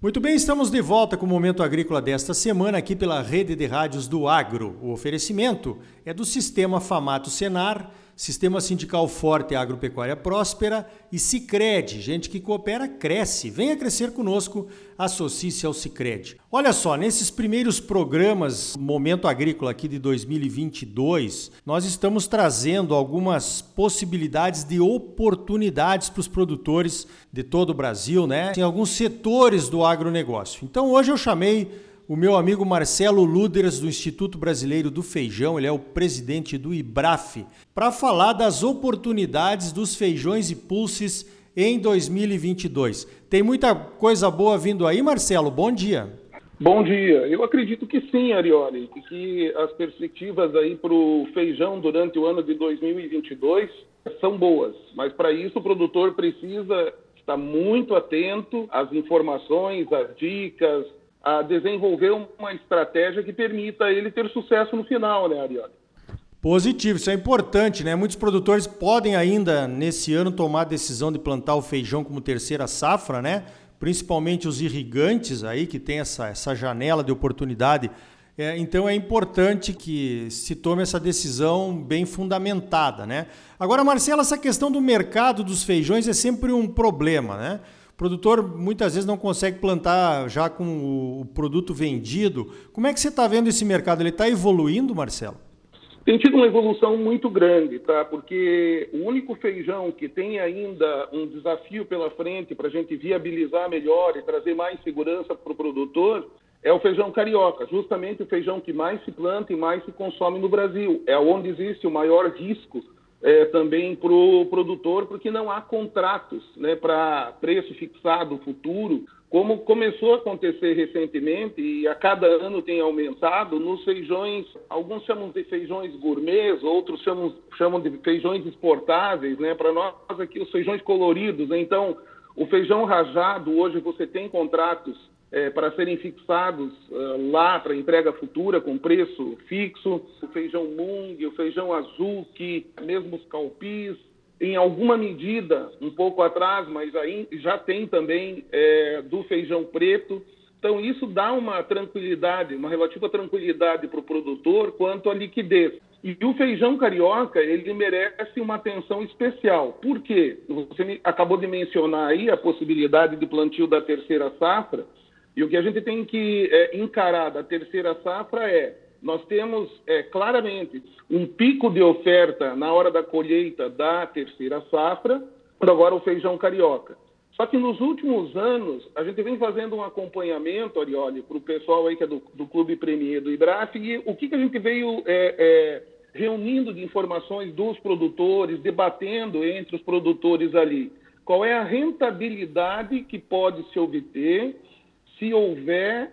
Muito bem, estamos de volta com o Momento Agrícola desta semana aqui pela Rede de Rádios do Agro. O oferecimento é do Sistema Famato Senar, Sistema Sindical Forte Agropecuária Próspera e Sicredi. Gente que coopera, cresce. Venha crescer conosco, associe-se ao Sicredi. Olha só, nesses primeiros programas Momento Agrícola aqui de 2022, nós estamos trazendo algumas possibilidades de oportunidades para os produtores de todo o Brasil, né? Tem alguns setores do agronegócio. Então hoje eu chamei o meu amigo Marcelo Luders, do Instituto Brasileiro do Feijão, ele é o presidente do IBRAF, para falar das oportunidades dos feijões e pulses em 2022. Tem muita coisa boa vindo aí, Marcelo? Bom dia. Bom dia. Eu acredito que sim, Arioli, e que as perspectivas aí para o feijão durante o ano de 2022 são boas, mas para isso o produtor precisa estar muito atento às informações, às dicas, a desenvolver uma estratégia que permita ele ter sucesso no final, né, Arioli? Positivo, isso é importante, né? Muitos produtores podem ainda, nesse ano, tomar a decisão de plantar o feijão como terceira safra, né? Principalmente os irrigantes aí, que tem essa janela de oportunidade. Então é importante que se tome essa decisão bem fundamentada, né? Agora, Marcelo, essa questão do mercado dos feijões é sempre um problema, né? O produtor muitas vezes não consegue plantar já com o produto vendido. Como é que você está vendo esse mercado? Ele está evoluindo, Marcelo? Tem tido uma evolução muito grande, tá? Porque o único feijão que tem ainda um desafio pela frente para a gente viabilizar melhor e trazer mais segurança para o produtor é o feijão carioca, justamente o feijão que mais se planta e mais se consome no Brasil. É onde existe o maior risco também para o produtor, porque não há contratos, né, para preço fixado futuro, como começou a acontecer recentemente e a cada ano tem aumentado nos feijões. Alguns chamam de feijões gourmets, outros chamam de feijões exportáveis, né, para nós aqui os feijões coloridos. Então, o feijão rajado, hoje você tem contratos para serem fixados lá para entrega futura com preço fixo, o feijão mung, o feijão azuki, mesmo os calpis, em alguma medida, um pouco atrás, mas aí já tem também do feijão preto. Então isso dá uma tranquilidade, uma relativa tranquilidade para o produtor quanto à liquidez. E o feijão carioca, ele merece uma atenção especial. Por quê? Você acabou de mencionar aí a possibilidade de plantio da terceira safra. E o que a gente tem que encarar da terceira safra nós temos claramente um pico de oferta na hora da colheita da terceira safra, agora o feijão carioca. Só que nos últimos anos, a gente vem fazendo um acompanhamento, Arioli, para o pessoal aí que é do Clube Premier do IBRAF, e o que a gente veio reunindo de informações dos produtores, debatendo entre os produtores ali. Qual é a rentabilidade que pode se obter se houver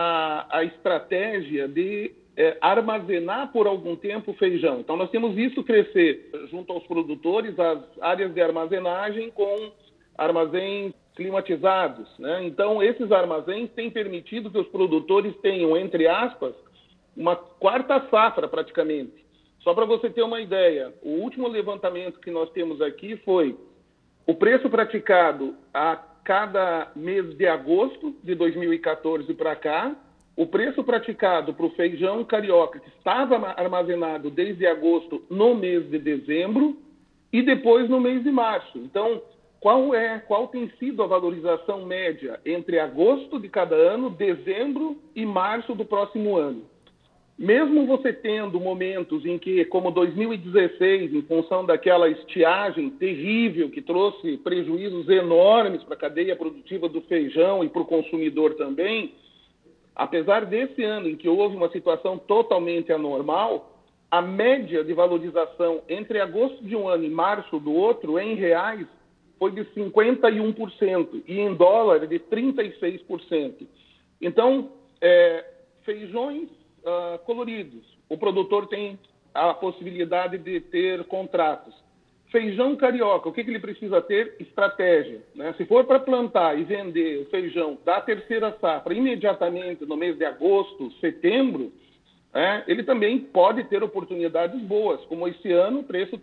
a estratégia de armazenar por algum tempo o feijão. Então, nós temos visto crescer, junto aos produtores, as áreas de armazenagem com armazéns climatizados, né? Então, esses armazéns têm permitido que os produtores tenham, entre aspas, uma quarta safra, praticamente. Só para você ter uma ideia, o último levantamento que nós temos aqui foi o preço praticado a cada mês de agosto de 2014 para cá, o preço praticado para o feijão carioca, que estava armazenado desde agosto no mês de dezembro e depois no mês de março. Então, qual tem sido a valorização média entre agosto de cada ano, dezembro e março do próximo ano? Mesmo você tendo momentos em que, como 2016, em função daquela estiagem terrível que trouxe prejuízos enormes para a cadeia produtiva do feijão e para o consumidor também, apesar desse ano em que houve uma situação totalmente anormal, a média de valorização entre agosto de um ano e março do outro, em reais, foi de 51% e em dólar de 36%. Então, feijões coloridos. O produtor tem a possibilidade de ter contratos. Feijão carioca, o que ele precisa ter? Estratégia, né? Se for para plantar e vender o feijão da terceira safra imediatamente no mês de agosto, setembro, ele também pode ter oportunidades boas, como esse ano o preço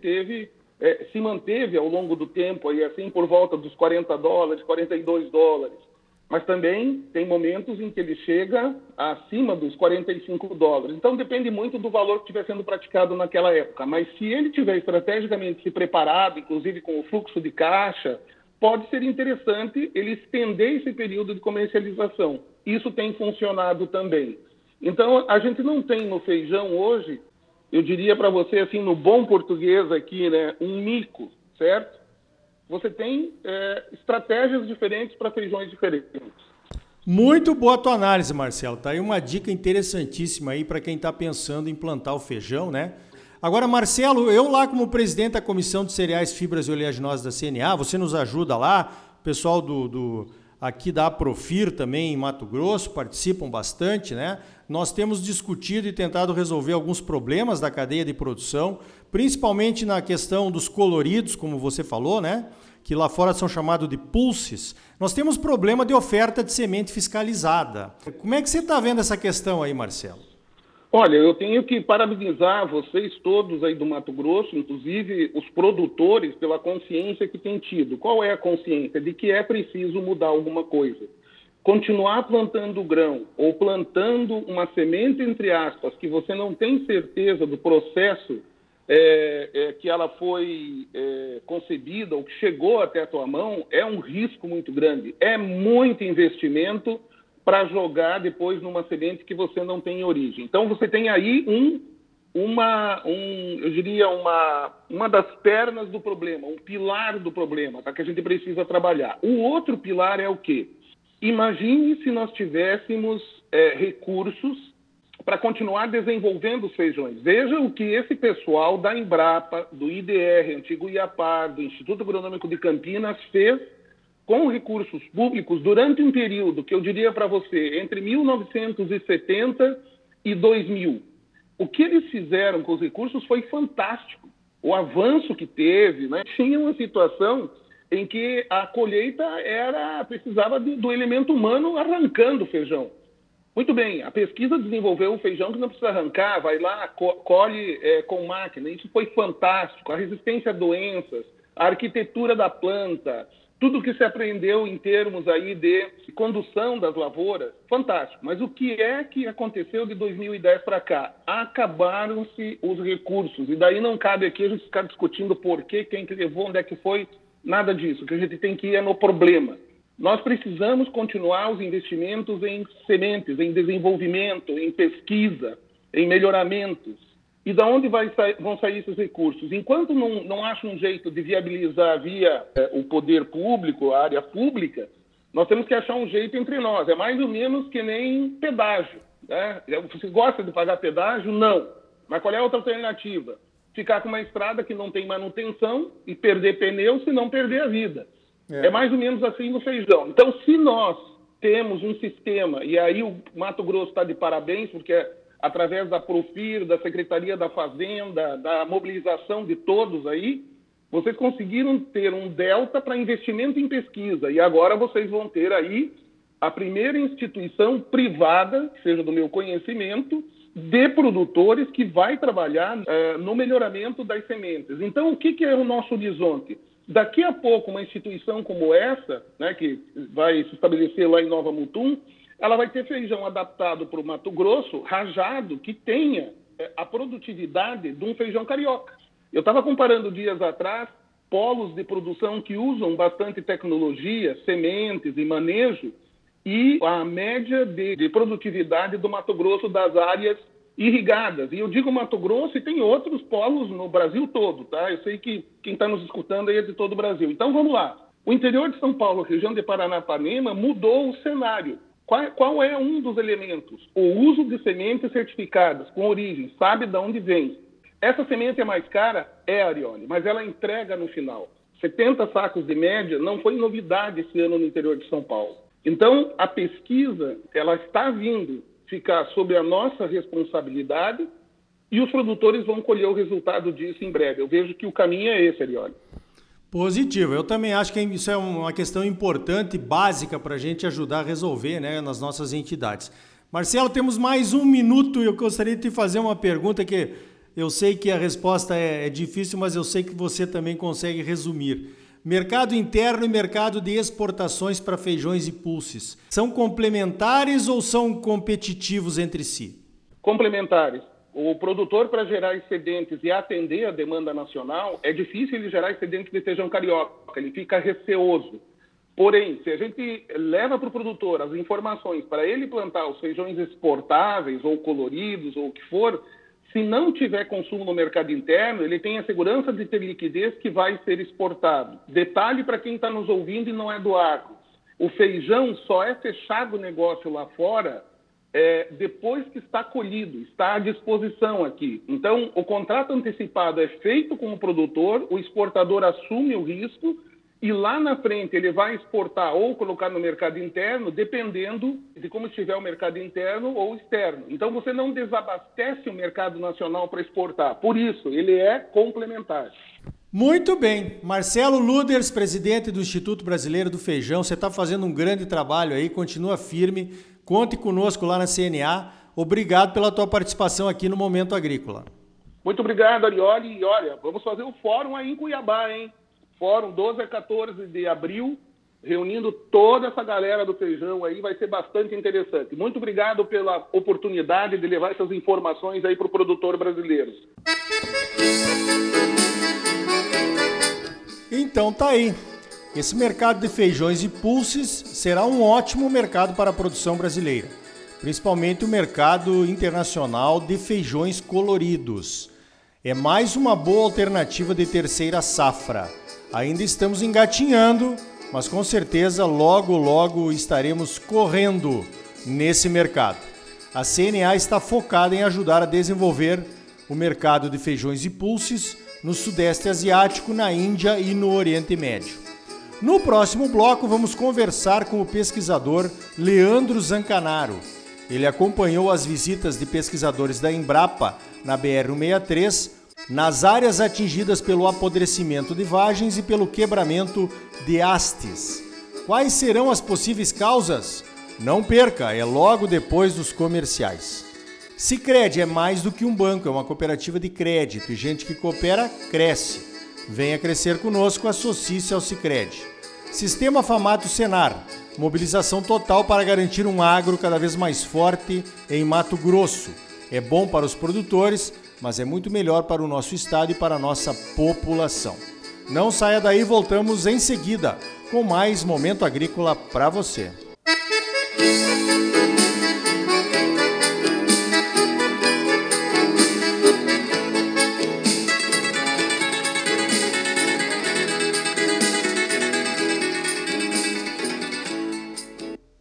se manteve ao longo do tempo, aí, assim, por volta dos $40, $42. mas também tem momentos em que ele chega acima dos $45. Então, depende muito do valor que estiver sendo praticado naquela época. Mas se ele tiver estrategicamente se preparado, inclusive com o fluxo de caixa, pode ser interessante ele estender esse período de comercialização. Isso tem funcionado também. Então, a gente não tem no feijão hoje, eu diria para você, assim, no bom português aqui, né, um mico, certo? Você tem estratégias diferentes para feijões diferentes. Muito boa a tua análise, Marcelo. Tá aí uma dica interessantíssima aí para quem está pensando em plantar o feijão, né? Agora, Marcelo, eu lá como presidente da Comissão de Cereais, Fibras e Oleaginosas da CNA, você nos ajuda lá, o pessoal aqui da Aprofir também em Mato Grosso participam bastante, né? Nós temos discutido e tentado resolver alguns problemas da cadeia de produção, principalmente na questão dos coloridos, como você falou, né? Que lá fora são chamados de pulses. Nós temos problema de oferta de semente fiscalizada. Como é que você está vendo essa questão aí, Marcelo? Olha, eu tenho que parabenizar vocês todos aí do Mato Grosso, inclusive os produtores, pela consciência que têm tido. Qual é a consciência? De que é preciso mudar alguma coisa. Continuar plantando grão ou plantando uma semente, entre aspas, que você não tem certeza do processo que ela foi concebida ou que chegou até a tua mão, é um risco muito grande. É muito investimento para jogar depois numa semente que você não tem origem. Então, você tem aí eu diria, uma das pernas do problema, um pilar do problema, tá, que a gente precisa trabalhar. O outro pilar é o quê? Imagine se nós tivéssemos recursos para continuar desenvolvendo os feijões. Veja o que esse pessoal da Embrapa, do IDR, Antigo Iapar, do Instituto Agronômico de Campinas fez com recursos públicos durante um período que eu diria para você, entre 1970 e 2000. O que eles fizeram com os recursos foi fantástico. O avanço que teve, né? Tinha uma situação em que a colheita precisava do elemento humano arrancando o feijão. Muito bem, a pesquisa desenvolveu um feijão que não precisa arrancar, vai lá, colhe com máquina. Isso foi fantástico. A resistência a doenças, a arquitetura da planta, tudo que se aprendeu em termos aí de condução das lavouras, fantástico. Mas o que é que aconteceu de 2010 para cá? Acabaram-se os recursos. E daí não cabe aqui a gente ficar discutindo por quê, quem que levou, onde é que foi, nada disso. O que a gente tem que ir é no problema. Nós precisamos continuar os investimentos em sementes, em desenvolvimento, em pesquisa, em melhoramentos. E de onde vão sair esses recursos? Enquanto não acha um jeito de viabilizar via o poder público, a área pública, nós temos que achar um jeito entre nós. É mais ou menos que nem pedágio, né? Você gosta de pagar pedágio? Não. Mas qual é a outra alternativa? Ficar com uma estrada que não tem manutenção e perder pneu, se não perder a vida. É mais ou menos assim no feijão. Então, se nós temos um sistema, e aí o Mato Grosso está de parabéns, porque através da Aprofir, da Secretaria da Fazenda, da mobilização de todos aí, vocês conseguiram ter um delta para investimento em pesquisa. E agora vocês vão ter aí a primeira instituição privada, que seja do meu conhecimento, de produtores que vai trabalhar no melhoramento das sementes. Então, o que é o nosso horizonte? Daqui a pouco, uma instituição como essa, né, que vai se estabelecer lá em Nova Mutum, ela vai ter feijão adaptado para o Mato Grosso, rajado, que tenha a produtividade de um feijão carioca. Eu estava comparando dias atrás polos de produção que usam bastante tecnologia, sementes e manejo, e a média de produtividade do Mato Grosso das áreas irrigadas. E eu digo Mato Grosso e tem outros polos no Brasil todo, tá? Eu sei que quem está nos escutando aí é de todo o Brasil. Então, vamos lá. O interior de São Paulo, região de Paranapanema, mudou o cenário. Qual é um dos elementos? O uso de sementes certificadas, com origem, sabe de onde vem. Essa semente é mais cara? É, Arione, mas ela entrega no final. 70 sacos de média não foi novidade esse ano no interior de São Paulo. Então, a pesquisa, ela está vindo ficar sob a nossa responsabilidade e os produtores vão colher o resultado disso em breve. Eu vejo que o caminho é esse, Arione. Positivo. Eu também acho que isso é uma questão importante, básica, para a gente ajudar a resolver, né, nas nossas entidades. Marcelo, temos mais um minuto e eu gostaria de te fazer uma pergunta que eu sei que a resposta é difícil, mas eu sei que você também consegue resumir. Mercado interno e mercado de exportações para feijões e pulses. São complementares ou são competitivos entre si? Complementares. O produtor, para gerar excedentes e atender a demanda nacional, é difícil ele gerar excedentes de feijão carioca, ele fica receoso. Porém, se a gente leva para o produtor as informações para ele plantar os feijões exportáveis ou coloridos ou o que for, se não tiver consumo no mercado interno, ele tem a segurança de ter liquidez que vai ser exportado. Detalhe para quem está nos ouvindo e não é do agro. O feijão só é fechado o negócio lá fora depois que está colhido, está à disposição aqui. Então, o contrato antecipado é feito com o produtor, o exportador assume o risco e lá na frente ele vai exportar ou colocar no mercado interno, dependendo de como estiver o mercado interno ou externo. Então, você não desabastece o mercado nacional para exportar. Por isso, ele é complementar. Muito bem. Marcelo Luders, presidente do Instituto Brasileiro do Feijão, você está fazendo um grande trabalho aí, continua firme. Conte conosco lá na CNA. Obrigado pela tua participação aqui no Momento Agrícola. Muito obrigado, Arioli. E olha, vamos fazer o fórum aí em Cuiabá, hein? Fórum 12 a 14 de abril, reunindo toda essa galera do feijão aí, vai ser bastante interessante. Muito obrigado pela oportunidade de levar essas informações aí para o produtor brasileiro. Então tá aí. Esse mercado de feijões e pulses será um ótimo mercado para a produção brasileira, principalmente o mercado internacional de feijões coloridos. É mais uma boa alternativa de terceira safra. Ainda estamos engatinhando, mas com certeza logo estaremos correndo nesse mercado. A CNA está focada em ajudar a desenvolver o mercado de feijões e pulses no Sudeste Asiático, na Índia e no Oriente Médio. No próximo bloco, vamos conversar com o pesquisador Leandro Zancanaro. Ele acompanhou as visitas de pesquisadores da Embrapa na BR-163, nas áreas atingidas pelo apodrecimento de vagens e pelo quebramento de hastes. Quais serão as possíveis causas? Não perca, é logo depois dos comerciais. Sicredi é mais do que um banco, é uma cooperativa de crédito e gente que coopera, cresce. Venha crescer conosco, associe-se ao Sicredi. Sistema Famato Senar, mobilização total para garantir um agro cada vez mais forte em Mato Grosso. É bom para os produtores, mas é muito melhor para o nosso estado e para a nossa população. Não saia daí, voltamos em seguida com mais Momento Agrícola para você.